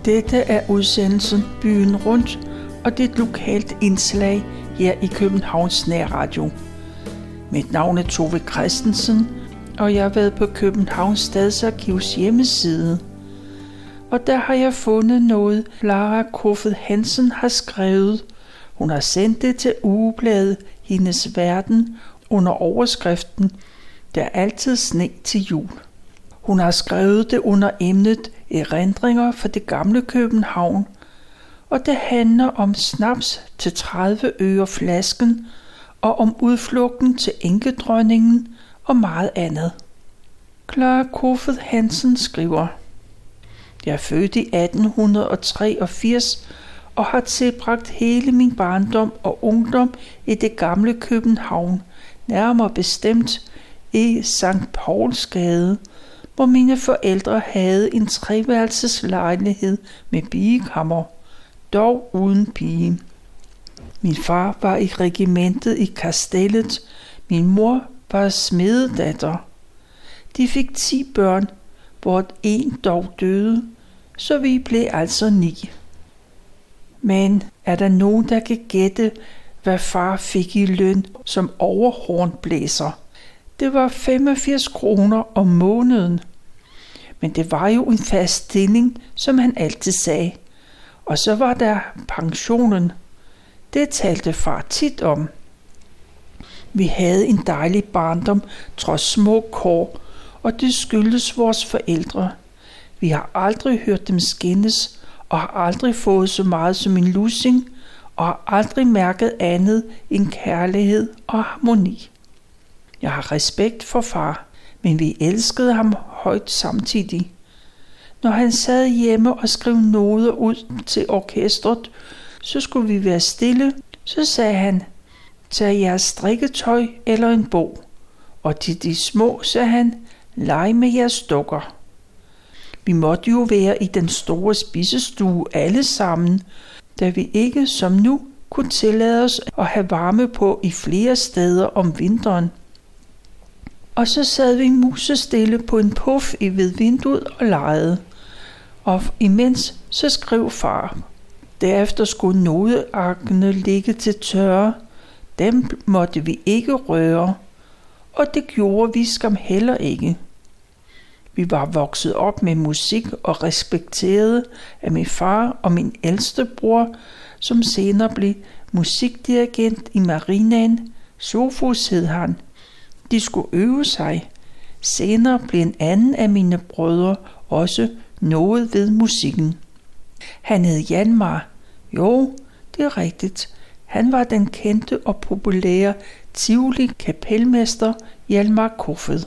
Dette er udsendelsen Byen Rundt, og det er et lokalt indslag her i Københavns Nærradio. Mit navn er Tove Christensen, og jeg har været på Københavns Stadsarkivs hjemmeside. Og der har jeg fundet noget, Lara Kofod Hansen har skrevet. Hun har sendt det til ugebladet Hendes Verden under overskriften Der er altid sne til jul. Hun har skrevet det under emnet Erindringer fra det gamle København, og det handler om snaps til 30 øre flasken, og om udflugten til enkedronningen og meget andet. Lara Kofod Hansen skriver: Jeg er født i 1883 og har tilbragt hele min barndom og ungdom i det gamle København, nærmere bestemt i Sankt Paulsgade, hvor mine forældre havde en treværelseslejlighed med bigekammer, dog uden pige. Min far var i regimentet i Kastellet, min mor var smededatter. De fik 10 børn, hvor en dog døde, så vi blev altså 9. Men er der nogen, der kan gætte, hvad far fik i løn som overhornblæser? Det var 85 kroner om måneden. Men det var jo en fast stilling, som han altid sagde. Og så var der pensionen. Det talte far tit om. Vi havde en dejlig barndom trods små kår, og det skyldes vores forældre. Vi har aldrig hørt dem skændes, og har aldrig fået så meget som en lussing, og har aldrig mærket andet end kærlighed og harmoni. Jeg har respekt for far, men vi elskede ham højt samtidig. Når han sad hjemme og skrev noder ud til orkestret, så skulle vi være stille. Så sagde han: Tag jeres strikketøj eller en bog. Og til de små sagde han: Leg med jeres dukker. Vi måtte jo være i den store spisestue alle sammen, da vi ikke som nu kunne tillade os at have varme på i flere steder om vinteren. Og så sad vi musestille på en puff ved vinduet og legede. Og imens så skrev far. Derefter skulle nodearkene ligge til tørre. Dem måtte vi ikke røre. Og det gjorde vi skam heller ikke. Vi var vokset op med musik og respekterede af min far og min ældste bror, som senere blev musikdirigent i Marinaen. Sofus hed han. De skulle øve sig. Senere blev en anden af mine brødre også noget ved musikken. Han hed Hjalmar. Jo, det er rigtigt. Han var den kendte og populære Tivoli kapelmester Hjalmar Kofod.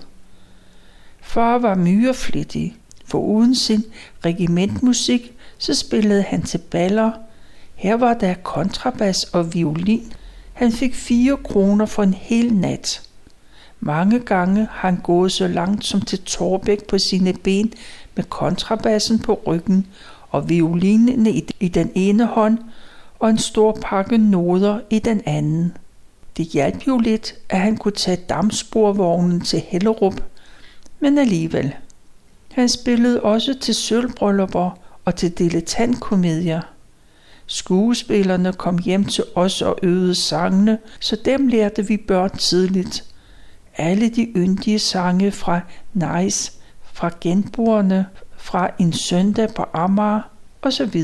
Far var myreflittig. For uden sin regimentmusik, så spillede han til baller. Her var der kontrabas og violin. Han fik 4 kroner for en hel nat. Mange gange har han gået så langt som til Torbæk på sine ben med kontrabassen på ryggen og violinen i den ene hånd og en stor pakke noder i den anden. Det hjalp jo lidt, at han kunne tage dampsporvognen til Hellerup, men alligevel. Han spillede også til sølvbryllupper og til dilettantkomedier. Skuespillerne kom hjem til os og øvede sangene, så dem lærte vi børn tidligt. Alle de yndige sange fra Nice, fra Genboerne, fra En søndag på Amager osv.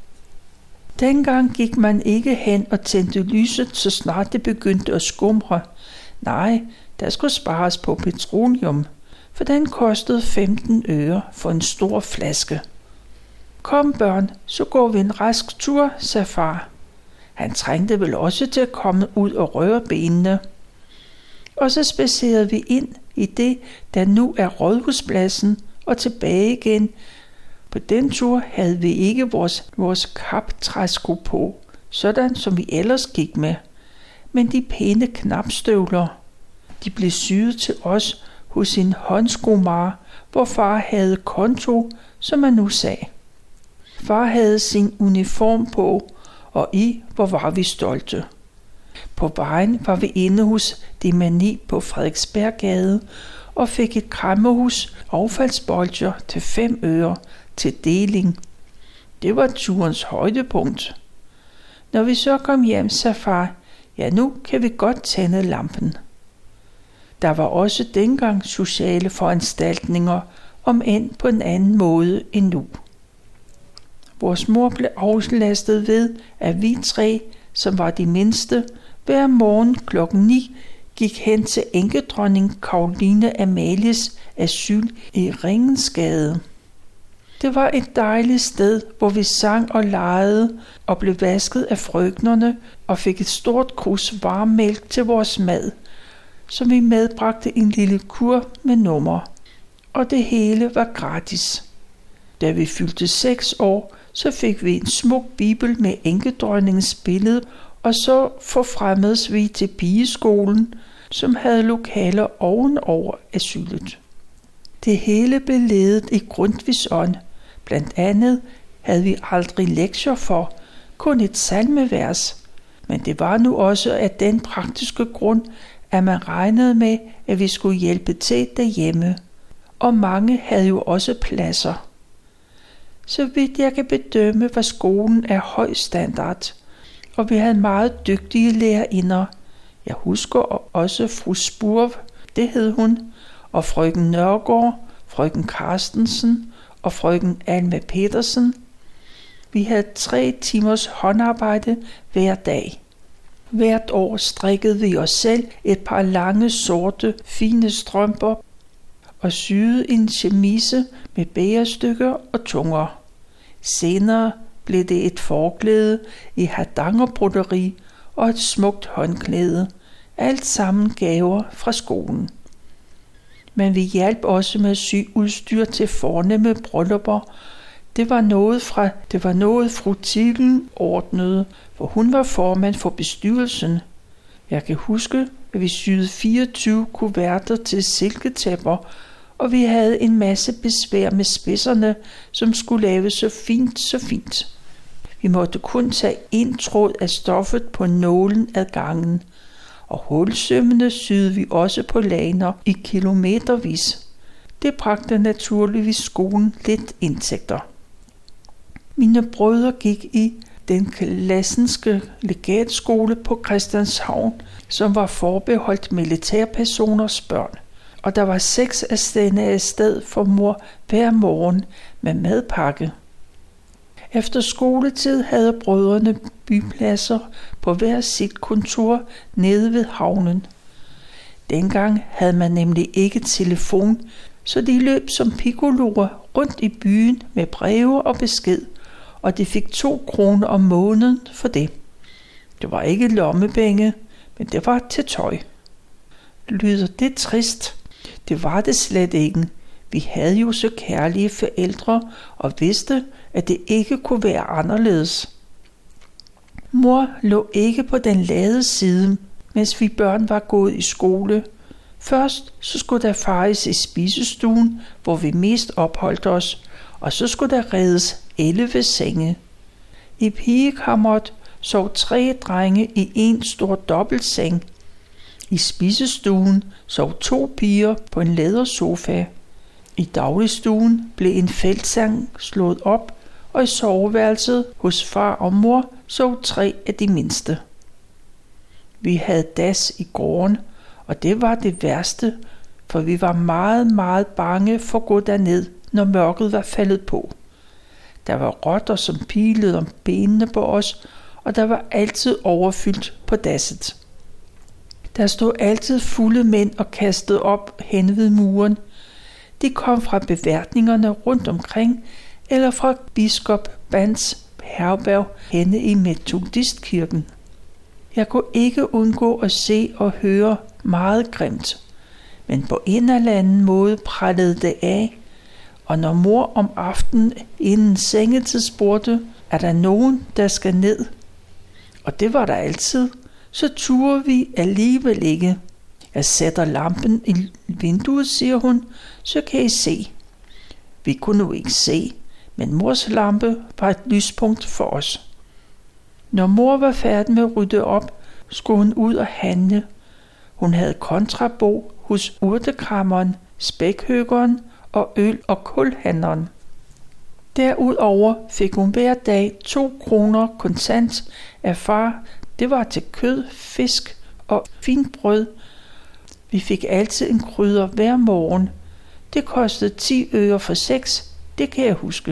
Dengang gik man ikke hen og tændte lyset, så snart det begyndte at skumre. Nej, der skulle spares på petroleum, for den kostede 15 øre for en stor flaske. Kom børn, så går vi en rask tur, sagde far. Han trængte vel også til at komme ud og røre benene. Og så spadserede vi ind i det, der nu er Rådhuspladsen, og tilbage igen. På den tur havde vi ikke vores kaptræsko på, sådan som vi ellers gik med, men de pæne knapstøvler. De blev syet til os hos en håndskomager, hvor far havde konto, som man nu sagde. Far havde sin uniform på, og hvor var vi stolte. På vejen var vi inde hos Demani på Frederiksberggade og fik et kræmmerhus affaldsbolcher til 5 øre til deling. Det var turens højdepunkt. Når vi så kom hjem, sagde far, ja, nu kan vi godt tænde lampen. Der var også dengang sociale foranstaltninger, om end på en anden måde end nu. Vores mor blev aflastet ved, at vi 3, som var de mindste, hver morgen klokken 9 gik hen til enkedronning Caroline Amalies asyl i Ringensgade. Det var et dejligt sted, hvor vi sang og legede og blev vasket af frøknerne og fik et stort krus varm mælk til vores mad, som vi medbragte en lille kur med nummer. Og det hele var gratis. Da vi fyldte 6 år, så fik vi en smuk bibel med enkedronningens billede, og så forfremmedes vi til pigeskolen, som havde lokaler ovenover asylet. Det hele blev ledet i Grundtvigs ånd. Blandt andet havde vi aldrig lektier for, kun et salmevers, men det var nu også af den praktiske grund, at man regnede med, at vi skulle hjælpe til derhjemme, og mange havde jo også pladser. Så vidt jeg kan bedømme, var skolen af høj standard, og vi havde meget dygtige lærerinder. Jeg husker også fru Spurv, det hed hun, og frøken Nørgaard, frøken Carstensen og frøken Alma Petersen. Vi havde 3 timers håndarbejde hver dag. Hvert år strikkede vi os selv et par lange, sorte, fine strømper og syede en chemise med bærestykker og tunger. Senere blev det et forklæde i hardangerbroderi og et smukt håndklæde. Alt sammen gaver fra skolen. Men vi hjalp også med at sy udstyr til fornemme bryllupper. Det var noget fru Tigen ordnede, for hun var formand for bestyrelsen. Jeg kan huske, at vi syede 24 kuverter til silketæpper, og vi havde en masse besvær med spidserne, som skulle laves så fint. Vi måtte kun tage en tråd af stoffet på nålen ad gangen, og hulsømmene syede vi også på laner i kilometervis. Det bragte naturligvis skolen lidt indtægter. Mine brødre gik i den klassenske legatskole på Christianshavn, som var forbeholdt militærpersoners børn, og der var 6 af sted for mor hver morgen med madpakke. Efter skoletid havde brødrene bypladser på hver sit kontor nede ved havnen. Dengang havde man nemlig ikke telefon, så de løb som piccoloer rundt i byen med breve og besked, og de fik 2 kroner om måneden for det. Det var ikke lommepenge, men det var til tøj. Lyder det trist? Det var det slet ikke. Vi havde jo så kærlige forældre og vidste, at det ikke kunne være anderledes. Mor lå ikke på den lade side, mens vi børn var gået i skole. Først så skulle der fejes i spisestuen, hvor vi mest opholdt os, og så skulle der reddes 11 senge. I pigekammeret sov 3 drenge i en stor dobbeltseng. I spisestuen sov 2 piger på en lædersofa. I dagligstuen blev en feltseng slået op, og i soveværelset hos far og mor sov 3 af de mindste. Vi havde das i gården, og det var det værste, for vi var meget, meget bange for at gå derned, når mørket var faldet på. Der var rotter, som pilede om benene på os, og der var altid overfyldt på dasset. Der stod altid fulde mænd og kastede op hen ved muren. De kom fra beværtningerne rundt omkring, eller fra biskop Bans herberg henne i metodistkirken. Jeg kunne ikke undgå at se og høre meget grimt, men på en eller anden måde prallede det af, og når mor om aftenen inden sengetid spurgte, er der nogen, der skal ned? Og det var der altid, så turde vi alligevel ikke. Jeg sætter lampen i vinduet, siger hun, så kan I se. Vi kunne nu ikke se, men mors lampe var et lyspunkt for os. Når mor var færdig med at rydde op, skulle hun ud og handle. Hun havde kontrabo hos urtekrammeren, spækhøgeren og øl- og kulhandleren. Derudover fik hun hver dag 2 kroner kontant af far. Det var til kød, fisk og fint brød. Vi fik altid en krydder hver morgen. Det kostede 10 øre for 6, det kan jeg huske.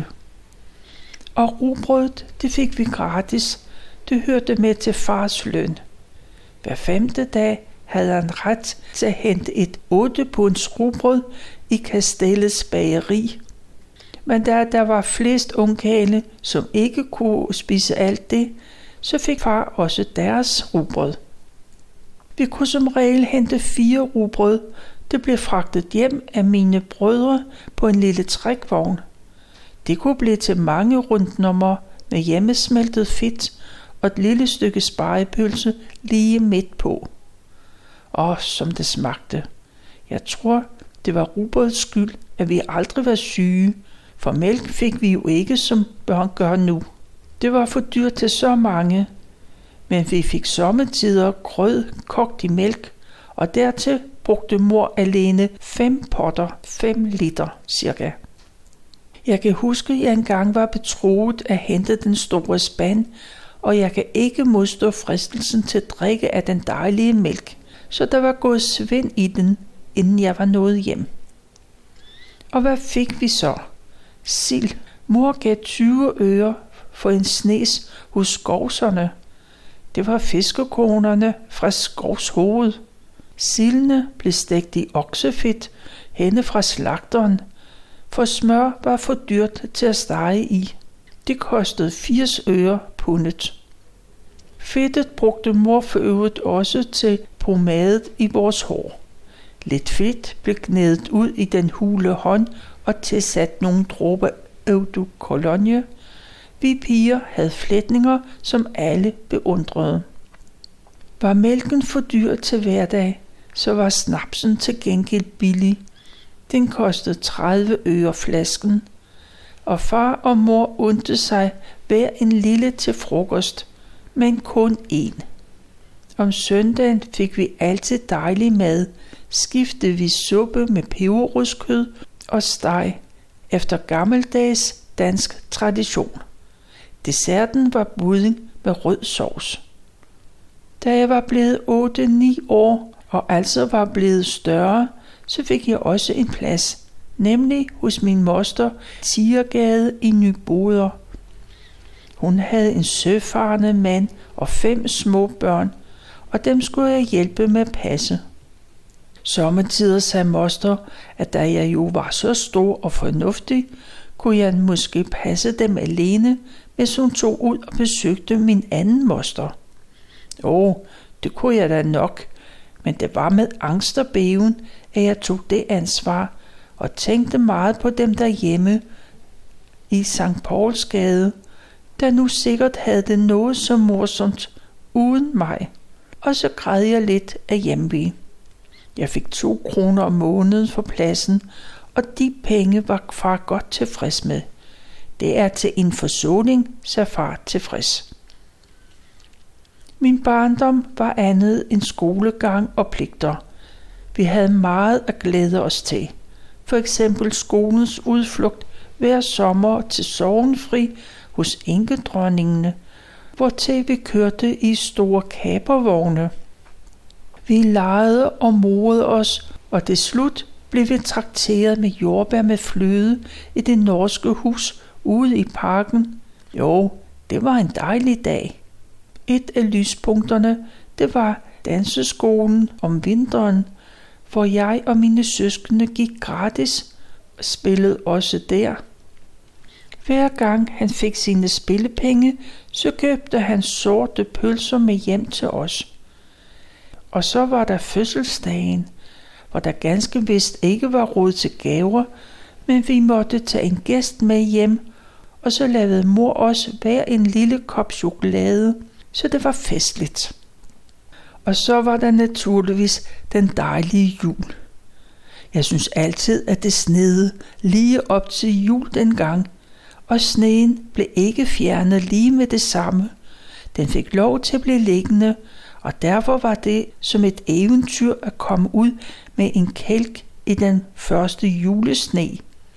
Og rugbrødet, det fik vi gratis. Det hørte med til fars løn. Hver 5. dag havde han ret til at hente et 8 punds rugbrød i Kastellets bageri. Men da der var flest ungkarle, som ikke kunne spise alt det, så fik far også deres rugbrød. Vi kunne som regel hente 4 rugbrød. Det blev fragtet hjem af mine brødre på en lille trækvogn. Det kunne blive til mange rundnummer med hjemmesmeltet fedt og et lille stykke spegepølse lige midt på. Som det smagte. Jeg tror, det var rugbrødets skyld, at vi aldrig var syge, for mælk fik vi jo ikke, som børn gør nu. Det var for dyrt til så mange, men vi fik sommetider grød kogt i mælk, og dertil brugte mor alene 5 potter, 5 liter cirka. Jeg kan huske, at jeg engang var betroet at hente den store spand, og jeg kan ikke modstå fristelsen til at drikke af den dejlige mælk, så der var gået svind i den, inden jeg var nået hjem. Og hvad fik vi så? Sild. Mor gav 20 øre for en snes hos skovserne. Det var fiskekonerne fra Skovshoved. Sildene blev stegt i oksefedt henne fra slagteren, for smør var for dyrt til at stege i. Det kostede 80 øre pundet. Fedtet brugte mor for øvrigt også til pomadet i vores hår. Lidt fedt blev gnædet ud i den hule hånd og tilsat nogle dråber eau de cologne. Vi piger havde flætninger, som alle beundrede. Var mælken for dyr til hverdag, så var snapsen til gengæld billig. Den kostede 30 øre flasken, og far og mor undte sig hver en lille til frokost, men kun én. Om søndagen fik vi altid dejlig mad, skiftede vi suppe med peberrodskød og steg, efter gammeldags dansk tradition. Desserten var budding med rød sovs. Da jeg var blevet 8-9 år og altså var blevet større, så fik jeg også en plads, nemlig hos min moster Tigergade i Nyboder. Hun havde en søfarende mand og 5 små børn, og dem skulle jeg hjælpe med at passe. Sommetider sagde moster, at da jeg jo var så stor og fornuftig, kunne jeg måske passe dem alene, hvis hun tog ud og besøgte min anden moster. Det kunne jeg da nok, men det var med angst og bæven, at jeg tog det ansvar og tænkte meget på dem derhjemme i Sankt Paulsgade, der nu sikkert havde det noget så morsomt uden mig. Og så græd jeg lidt af hjemve. Jeg fik 2 kroner om måneden for pladsen, og de penge var far godt tilfreds med. Det er til en forsoning, sagde far tilfreds. Min barndom var andet end skolegang og pligter. Vi havde meget at glæde os til. For eksempel skolens udflugt hver sommer til sognefri hos enkedronningene, hvortil vi kørte i store kapervogne. Vi legede og morede os, og til slut blev vi trakteret med jordbær med fløde i det norske hus ude i parken. Det var en dejlig dag. Et af lyspunkterne, det var danseskolen om vinteren, hvor jeg og mine søskende gik gratis og spillede også der. Hver gang han fik sine spillepenge, så købte han sorte pølser med hjem til os. Og så var der fødselsdagen, hvor der ganske vist ikke var råd til gaver, men vi måtte tage en gæst med hjem, og så lavede mor os hver en lille kop chokolade, så det var festligt. Og så var der naturligvis den dejlige jul. Jeg synes altid, at det sneede lige op til jul dengang, og sneen blev ikke fjernet lige med det samme. Den fik lov til at blive liggende, og derfor var det som et eventyr at komme ud med en kælk i den første julesne.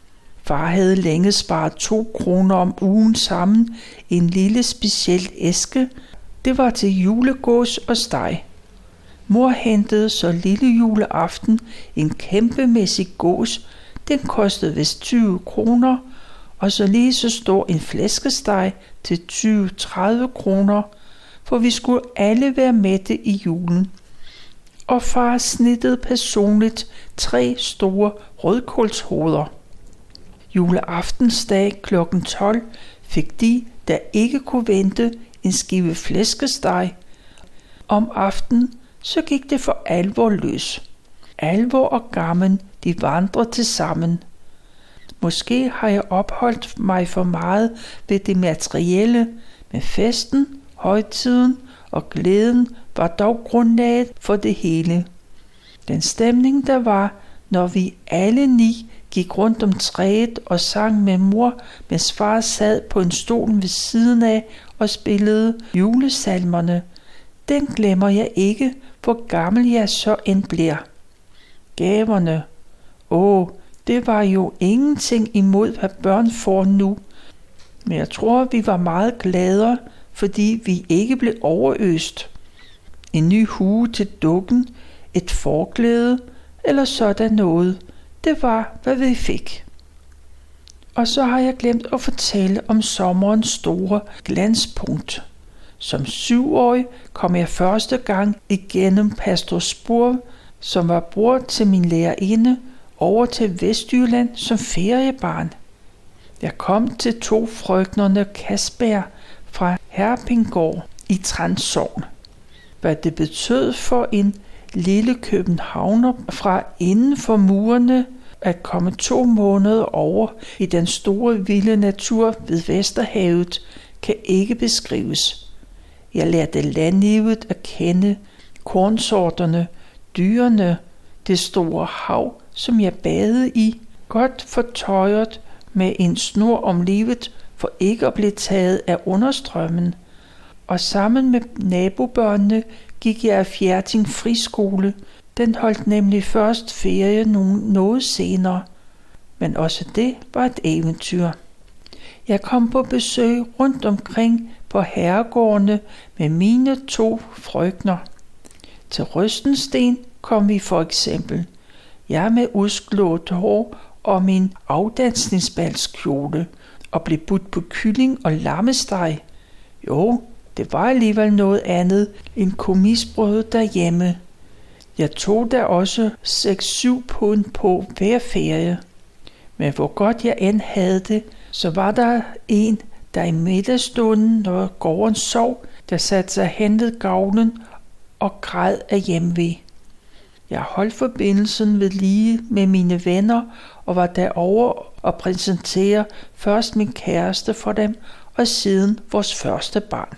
Far havde længe sparet 2 kroner om ugen sammen i en lille speciel æske. Det var til julegås og steg. Mor hentede så lille juleaften en kæmpemæssig gås. Den kostede vist 20 kroner, og så lige så stor en flæskesteg til 20-30 kroner, for vi skulle alle være mætte i julen. Og far snittede personligt 3 store rødkålshoveder. Juleaftensdag kl. 12 fik de, der ikke kunne vente, en skive flæskesteg. Om aftenen så gik det for alvor løs. Alvor og gammel, de vandrede til sammen. Måske har jeg opholdt mig for meget ved det materielle, men festen, højtiden og glæden var dog grundlaget for det hele. Den stemning, der var, når vi alle 9 gik rundt om træet og sang med mor, mens far sad på en stol ved siden af og spillede julesalmerne, den glemmer jeg ikke, hvor gammel jeg så end bliver. Gaverne. Det var jo ingenting imod, hvad børn får nu. Men jeg tror, vi var meget gladere, fordi vi ikke blev overøst. En ny hue til dukken, et forklæde eller sådan noget. Det var, hvad vi fik. Og så har jeg glemt at fortælle om sommerens store glanspunkt. Som 7-årig kom jeg første gang igennem Pastor Spurv, som var bror til min lærerinde, over til Vestjylland som feriebarn. Jeg kom til 2 frøknerne Kasper fra Herpingård i Trans Sogn. Hvad det betød for en lille københavner fra inden for murene at komme 2 måneder over i den store vilde natur ved Vesterhavet, kan ikke beskrives. Jeg lærte landlivet at kende, kornsorterne, dyrene, det store hav, som jeg badede i, godt fortøjet med en snor om livet for ikke at blive taget af understrømmen. Og sammen med nabobørnene gik jeg af Fjerting Friskole. Den holdt nemlig først ferie noget senere. Men også det var et eventyr. Jeg kom på besøg rundt omkring på herregårdene med mine 2 frøkner. Til Røstensten kom vi for eksempel. Jeg med udslået hår og min afdansningsbalskjole og blev budt på kylling og lammesteg. Jo, det var alligevel noget andet end komisbrød derhjemme. Jeg tog der også 6-7 pund på hver ferie. Men hvor godt jeg end havde det, så var der en, der i middagsstunden, når gården sov, der satte sig hentede gavlen og græd af hjemved. Jeg holdt forbindelsen ved lige med mine venner og var derovre og præsentere først min kæreste for dem og siden vores første barn.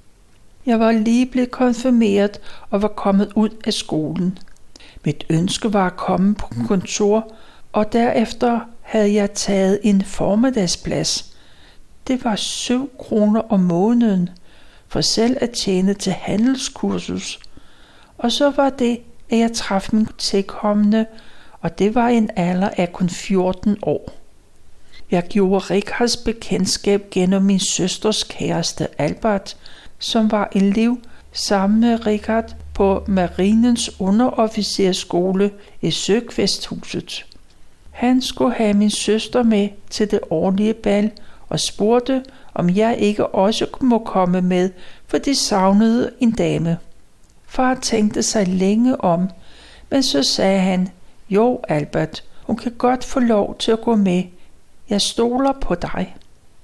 Jeg var lige blevet konfirmeret og var kommet ud af skolen. Mit ønske var at komme på kontor, og derefter havde jeg taget en formiddagsplads. Det var 7 kroner om måneden for selv at tjene til handelskursus. Og så var det, at jeg traf min tilkommende, og det var en alder af kun 14 år. Jeg gjorde Richards bekendtskab gennem min søsters kæreste Albert, som var elev sammen med Richard på Marinens underofficerskole i Søkvesthuset. Han skulle have min søster med til det årlige bal og spurgte, om jeg ikke også må komme med, for de savnede en dame. Far tænkte sig længe om, men så sagde han, jo Albert, hun kan godt få lov til at gå med. Jeg stoler på dig.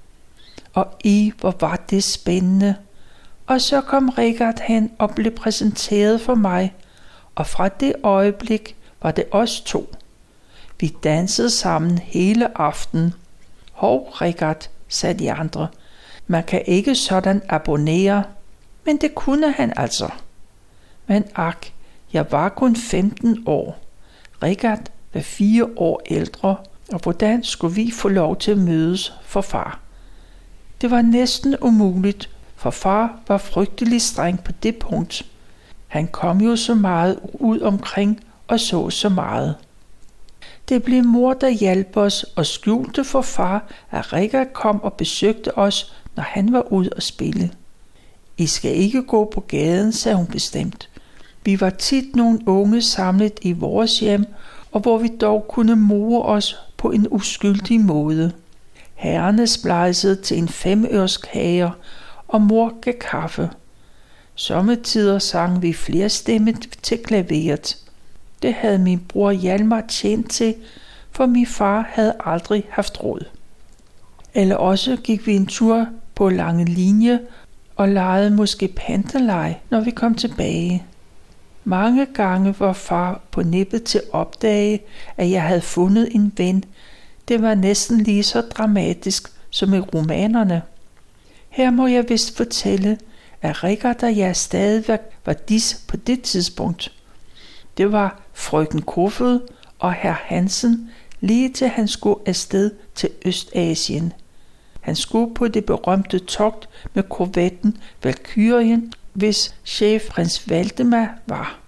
Og hvor var det spændende. Og så kom Richard hen og blev præsenteret for mig, og fra det øjeblik var det os 2. Vi dansede sammen hele aftenen. Hov, Richard, sagde de andre, man kan ikke sådan abonnere, men det kunne han altså. Men jeg var kun 15 år. Richard var 4 år ældre, og hvordan skulle vi få lov til at mødes for far? Det var næsten umuligt, for far var frygtelig streng på det punkt. Han kom jo så meget ud omkring og så meget. Det blev mor, der hjalp os og skjulte for far, at Richard kom og besøgte os, når han var ude at spille. I skal ikke gå på gaden, sagde hun bestemt. Vi var tit nogle unge samlet i vores hjem, og hvor vi dog kunne more os på en uskyldig måde. Herrerne splejsede til en 5-øres kager, og mor gav kaffe. Sommetider sang vi flerstemmet til klaveret. Det havde min bror Hjalmar tjent til, for min far havde aldrig haft råd. Eller også gik vi en tur på lange linje og legede måske pantelej, når vi kom tilbage. Mange gange var far på nippet til at opdage, at jeg havde fundet en ven. Det var næsten lige så dramatisk som i romanerne. Her må jeg vist fortælle, at Richard og jeg stadig var dis på det tidspunkt. Det var frøken Kofod og herr Hansen, lige til han skulle afsted til Østasien. Han skulle på det berømte togt med korvetten Valkyrien, hvis chef prins Valdemar var.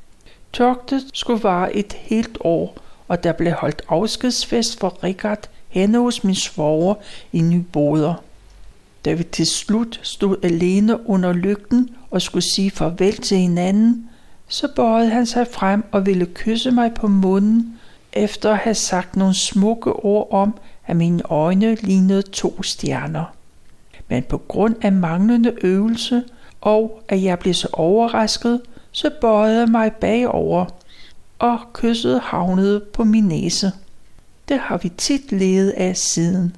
Togtet skulle vare et helt år, og der blev holdt afskedsfest for Richard henne hos min svoger i Nyboder. Da vi til slut stod alene under lygten og skulle sige farvel til hinanden, så bøjede han sig frem og ville kysse mig på munden, efter at have sagt nogle smukke ord om, at mine øjne lignede 2 stjerner. Men på grund af manglende øvelse, og at jeg blev så overrasket, så bøjede jeg mig bagover, og kysset havnede på min næse. Det har vi tit levet af siden.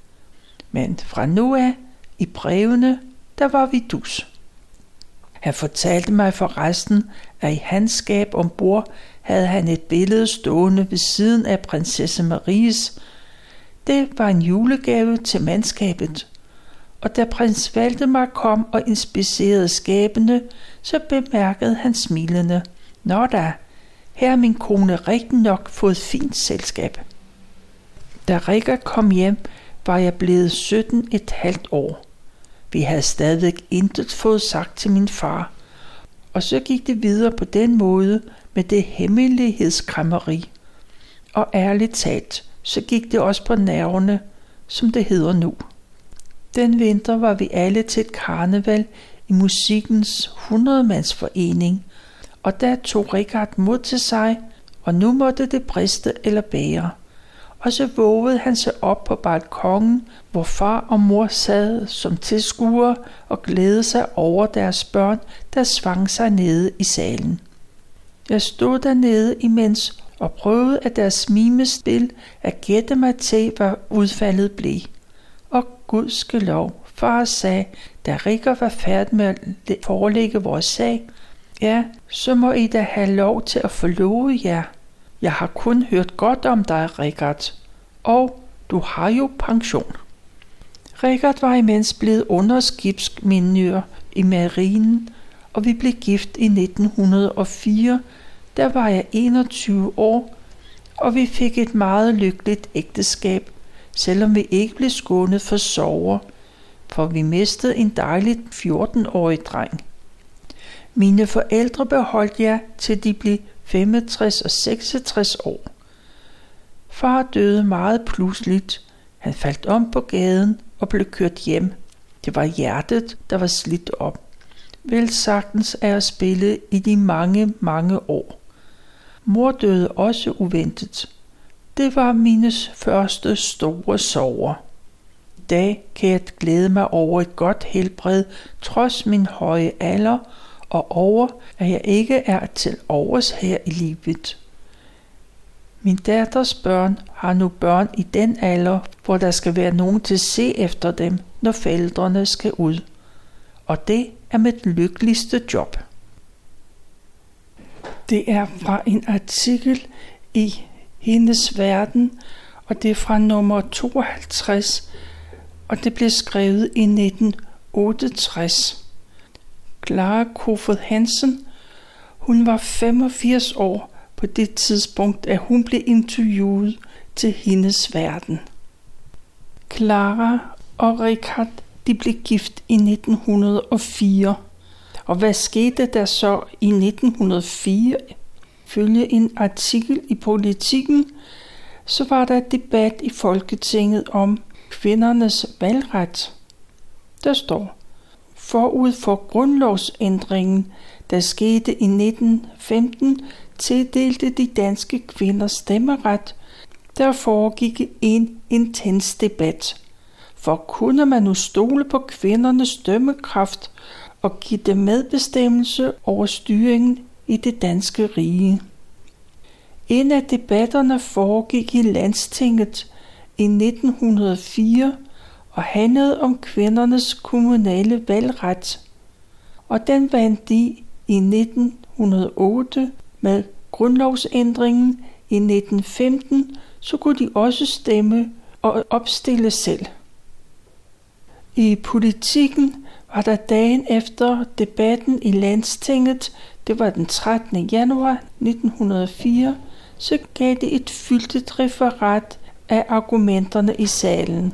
Men fra nu af, i brevene, der var vi dus. Han fortalte mig forresten, at i hans skab ombord havde han et billede stående ved siden af prinsesse Maries. Det var en julegave til mandskabet. Og da prins Valdemar kom og inspicerede skabene, så bemærkede han smilende: "Nå da, her har min kone rigtig nok fået fint selskab." Da Richard kom hjem, var jeg blevet 17,5 år. Vi havde stadigvæk intet fået sagt til min far, og så gik det videre på den måde med det hemmelighedskræmmeri. Og ærligt talt, så gik det også på nerverne, som det hedder nu. Den vinter var vi alle til et karneval i musikkens 100-mandsforening, og der tog Richard mod til sig, og nu måtte det briste eller bære. Og så vågede han sig op på balkonen, hvor far og mor sad som tilskuere og glædede sig over deres børn, der svang sig nede i salen. Jeg stod dernede imens og prøvede af deres mimespil at gætte mig til, hvad udfaldet blev. Og gudskelov, far sagde, da Richard var færdig med at forelægge vores sag: "Ja, så må I da have lov til at forlove jer. Jeg har kun hørt godt om dig, Richard, og du har jo pension." Richard var imens blevet underskibsingeniør i marinen, og vi blev gift i 1904. Der var jeg 21 år, og vi fik et meget lykkeligt ægteskab, selvom vi ikke blev skånet for sorger, for vi mistede en dejlig 14-årig dreng. Mine forældre beholdt jeg, til de blev 65 og 66 år. Far døde meget pludseligt. Han faldt om på gaden og blev kørt hjem. Det var hjertet, der var slidt op. Vel sagtens af at spille i de mange, mange år. Mor døde også uventet. Det var mine første store sorger. I dag kan jeg glæde mig over et godt helbred, trods min høje alder, og over, at jeg ikke er til overs her i livet. Min datters børn har nu børn i den alder, hvor der skal være nogen til at se efter dem, når forældrene skal ud. Og det er mit lykkeligste job. Det er fra en artikel i Hendes Verden, og det er fra nummer 52, og det blev skrevet i 1968. Clara Kofod Hansen, hun var 85 år på det tidspunkt, at hun blev interviewet til Hendes Verden. Clara og Richard, de blev gift i 1904. Og hvad skete der så i 1904? Ifølge en artikel i Politiken, så var der debat i Folketinget om kvindernes valgret. Der står: forud for grundlovsændringen, der skete i 1915, tildelte de danske kvinder stemmeret. Der foregik en intens debat. For kunne man nu stole på kvindernes dømmekraft og give dem medbestemmelse over styringen i det danske rige? En af debatterne foregik i Landstinget i 1904 og handlede om kvindernes kommunale valgret. Og den vandt de i 1908 med grundlovsændringen i 1915, så kunne de også stemme og opstille selv. I Politiken var der dagen efter debatten i Landstinget, det var den 13. januar 1904, så gav det et fyldigt referat af argumenterne i salen.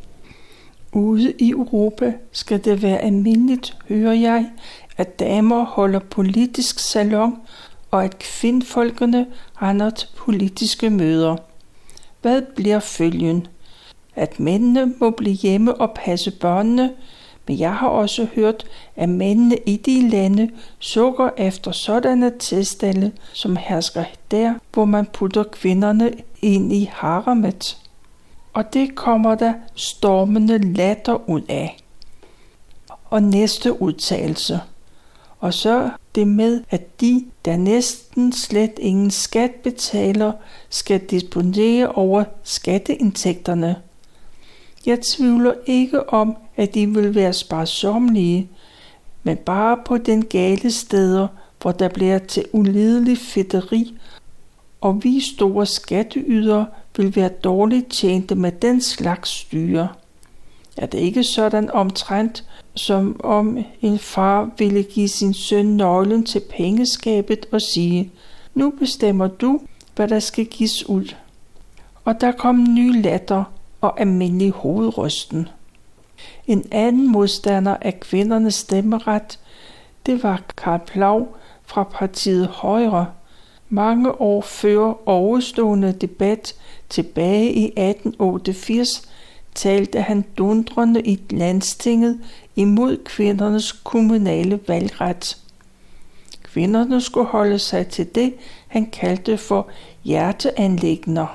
Ude i Europa skal det være almindeligt, hører jeg, at damer holder politisk salon, og at kvindfolkene render til politiske møder. Hvad bliver følgen? At mændene må blive hjemme og passe børnene, men jeg har også hørt, at mændene i de lande sukker efter sådanne tilstande, som hersker der, hvor man putter kvinderne ind i haremet. Og det kommer der stormende latter ud af. Og næste udtalelse. Og så det med, at de, der næsten slet ingen skat betaler, skal disponere over skatteindtægterne. Jeg tvivler ikke om, at de vil være sparsommelige, men bare på den gale steder, hvor der bliver til ulidelig fedteri, og vi store skatteydere vil være dårligt tjente med den slags styre. Er det ikke sådan omtrent, som om en far ville give sin søn nøglen til pengeskabet og sige: nu bestemmer du, hvad der skal gives ud. Og der kom ny latter og almindelig hovedrysten. En anden modstander af kvindernes stemmeret, det var Karl Plau fra partiet Højre. Mange år før overstående debat tilbage i 1888 talte han dundrende i Landstinget imod kvindernes kommunale valgret. Kvinderne skulle holde sig til det, han kaldte for hjerteanliggender.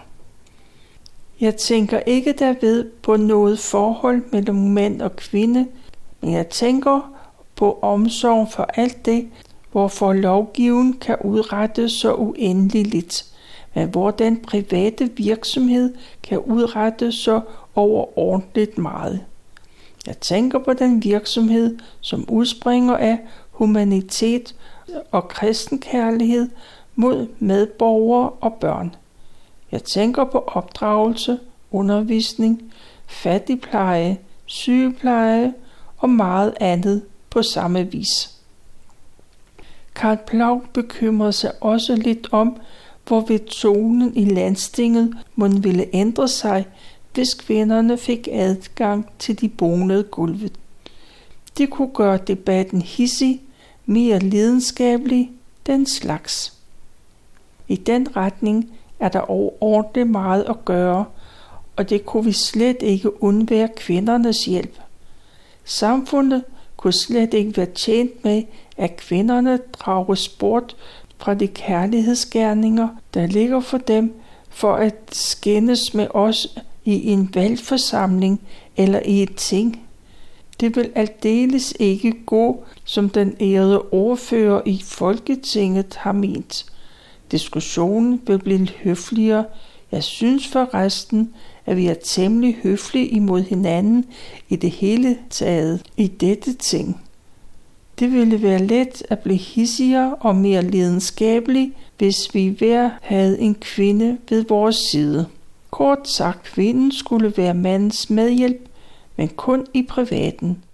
Jeg tænker ikke derved på noget forhold mellem mænd og kvinde, men jeg tænker på omsorg for alt det, hvorfor lovgiven kan udrette så uendeligt, men hvor den private virksomhed kan udrette så overordentligt meget. Jeg tænker på den virksomhed, som udspringer af humanitet og kristenkærlighed mod medborgere og børn. Jeg tænker på opdragelse, undervisning, fattigpleje, sygepleje og meget andet på samme vis. Karl Plau bekymrede sig også lidt om, hvorvidt tonen i Landstinget mon ville ændre sig, hvis kvinderne fik adgang til de bonede gulve. Det kunne gøre debatten hidsig, mere lidenskabelig, den slags. I den retning er der overordentligt meget at gøre, og det kunne vi slet ikke undvære kvindernes hjælp. Samfundet kunne slet ikke være tjent med, at kvinderne drages bort fra de kærlighedsgerninger, der ligger for dem, for at skændes med os i en valgforsamling eller i et ting. Det vil aldeles ikke gå, som den ærede ordfører i Folketinget har ment. Diskussionen vil blive høfligere. Jeg synes forresten, at vi er temmelig høflige imod hinanden i det hele taget i dette ting. Det ville være let at blive hissigere og mere lidenskabelig, hvis vi hver havde en kvinde ved vores side. Kort sagt, kvinden skulle være mandens medhjælp, men kun i privaten.